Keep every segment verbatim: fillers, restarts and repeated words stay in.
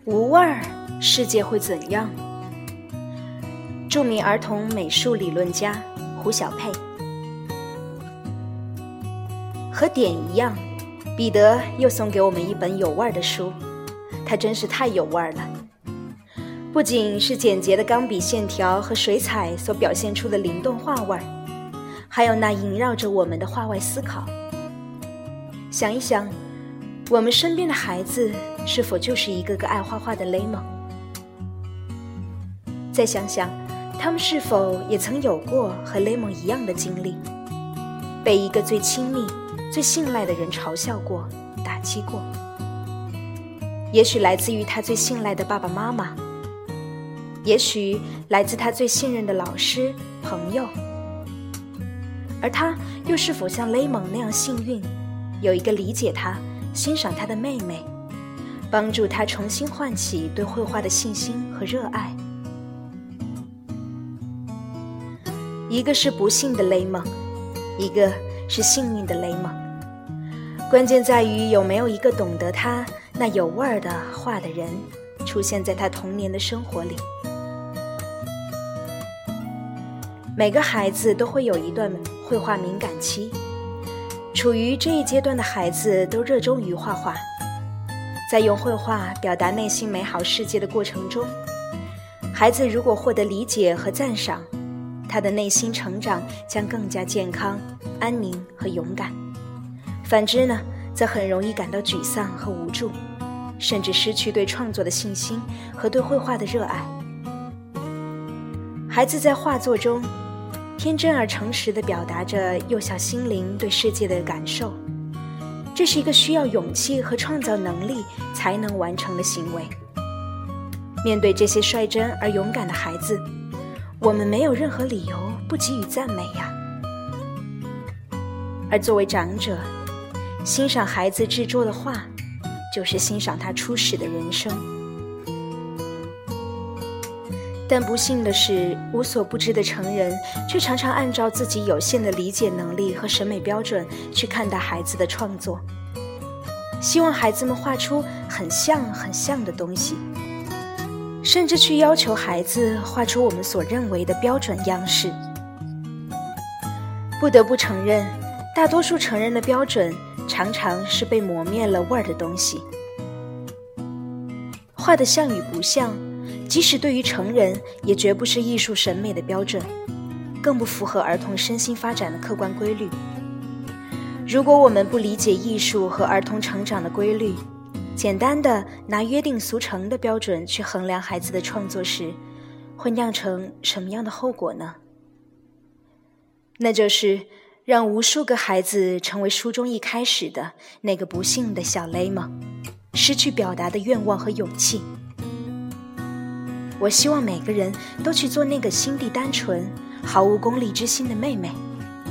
无味儿，世界会怎样？著名儿童美术理论家胡小佩。和点一样，彼得又送给我们一本有味儿的书，它真是太有味儿了。不仅是简洁的钢笔线条和水彩所表现出的灵动画味儿，还有那萦绕着我们的画外思考。想一想，我们身边的孩子是否就是一个个爱画画的雷蒙？再想想，他们是否也曾有过和雷蒙一样的经历，被一个最亲密、最信赖的人嘲笑过、打击过？也许来自于他最信赖的爸爸妈妈，也许来自他最信任的老师、朋友。而他又是否像雷蒙那样幸运，有一个理解他、欣赏他的妹妹，帮助他重新唤起对绘画的信心和热爱？一个是不幸的雷蒙，一个是幸运的雷蒙。关键在于有没有一个懂得他那有味儿的画的人出现在他童年的生活里。每个孩子都会有一段绘画敏感期，处于这一阶段的孩子都热衷于画画，在用绘画表达内心美好世界的过程中，孩子如果获得理解和赞赏，他的内心成长将更加健康、安宁和勇敢。反之呢，则很容易感到沮丧和无助，甚至失去对创作的信心和对绘画的热爱。孩子在画作中天真而诚实地表达着幼小心灵对世界的感受，这是一个需要勇气和创造能力才能完成的行为。面对这些率真而勇敢的孩子，我们没有任何理由不给予赞美呀。而作为长者，欣赏孩子制作的画，就是欣赏他初始的人生。但不幸的是，无所不知的成人却常常按照自己有限的理解能力和审美标准去看待孩子的创作，希望孩子们画出很像很像的东西，甚至去要求孩子画出我们所认为的标准样式。不得不承认，大多数成人的标准常常是被磨灭了味儿的东西。画得像与不像，即使对于成人，也绝不是艺术审美的标准，更不符合儿童身心发展的客观规律。如果我们不理解艺术和儿童成长的规律，简单的拿约定俗成的标准去衡量孩子的创作时，会酿成什么样的后果呢？那就是让无数个孩子成为书中一开始的那个不幸的小雷蒙，失去表达的愿望和勇气。我希望每个人都去做那个心地单纯、毫无功利之心的妹妹。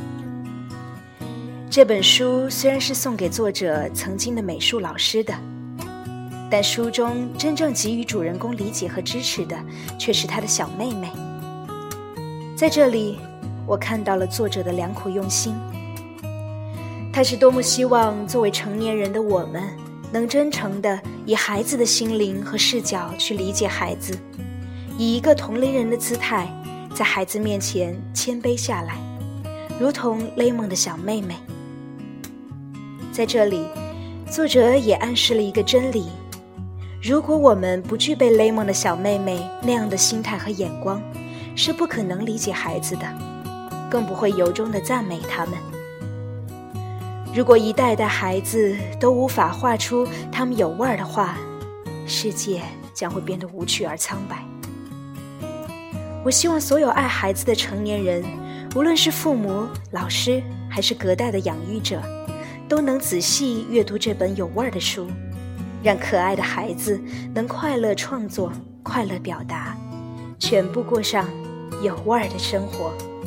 这本书虽然是送给作者曾经的美术老师的，但书中真正给予主人公理解和支持的却是他的小妹妹。在这里，我看到了作者的良苦用心。他是多么希望作为成年人的我们能真诚地以孩子的心灵和视角去理解孩子，以一个同龄人的姿态在孩子面前谦卑下来，如同雷蒙的小妹妹。在这里，作者也暗示了一个真理：如果我们不具备雷蒙的小妹妹那样的心态和眼光，是不可能理解孩子的，更不会由衷地赞美他们。如果一代代孩子都无法画出他们有味儿的画，世界将会变得无趣而苍白。我希望所有爱孩子的成年人，无论是父母、老师还是隔代的养育者，都能仔细阅读这本有味儿的书，让可爱的孩子能快乐创作、快乐表达，全部过上有味儿的生活。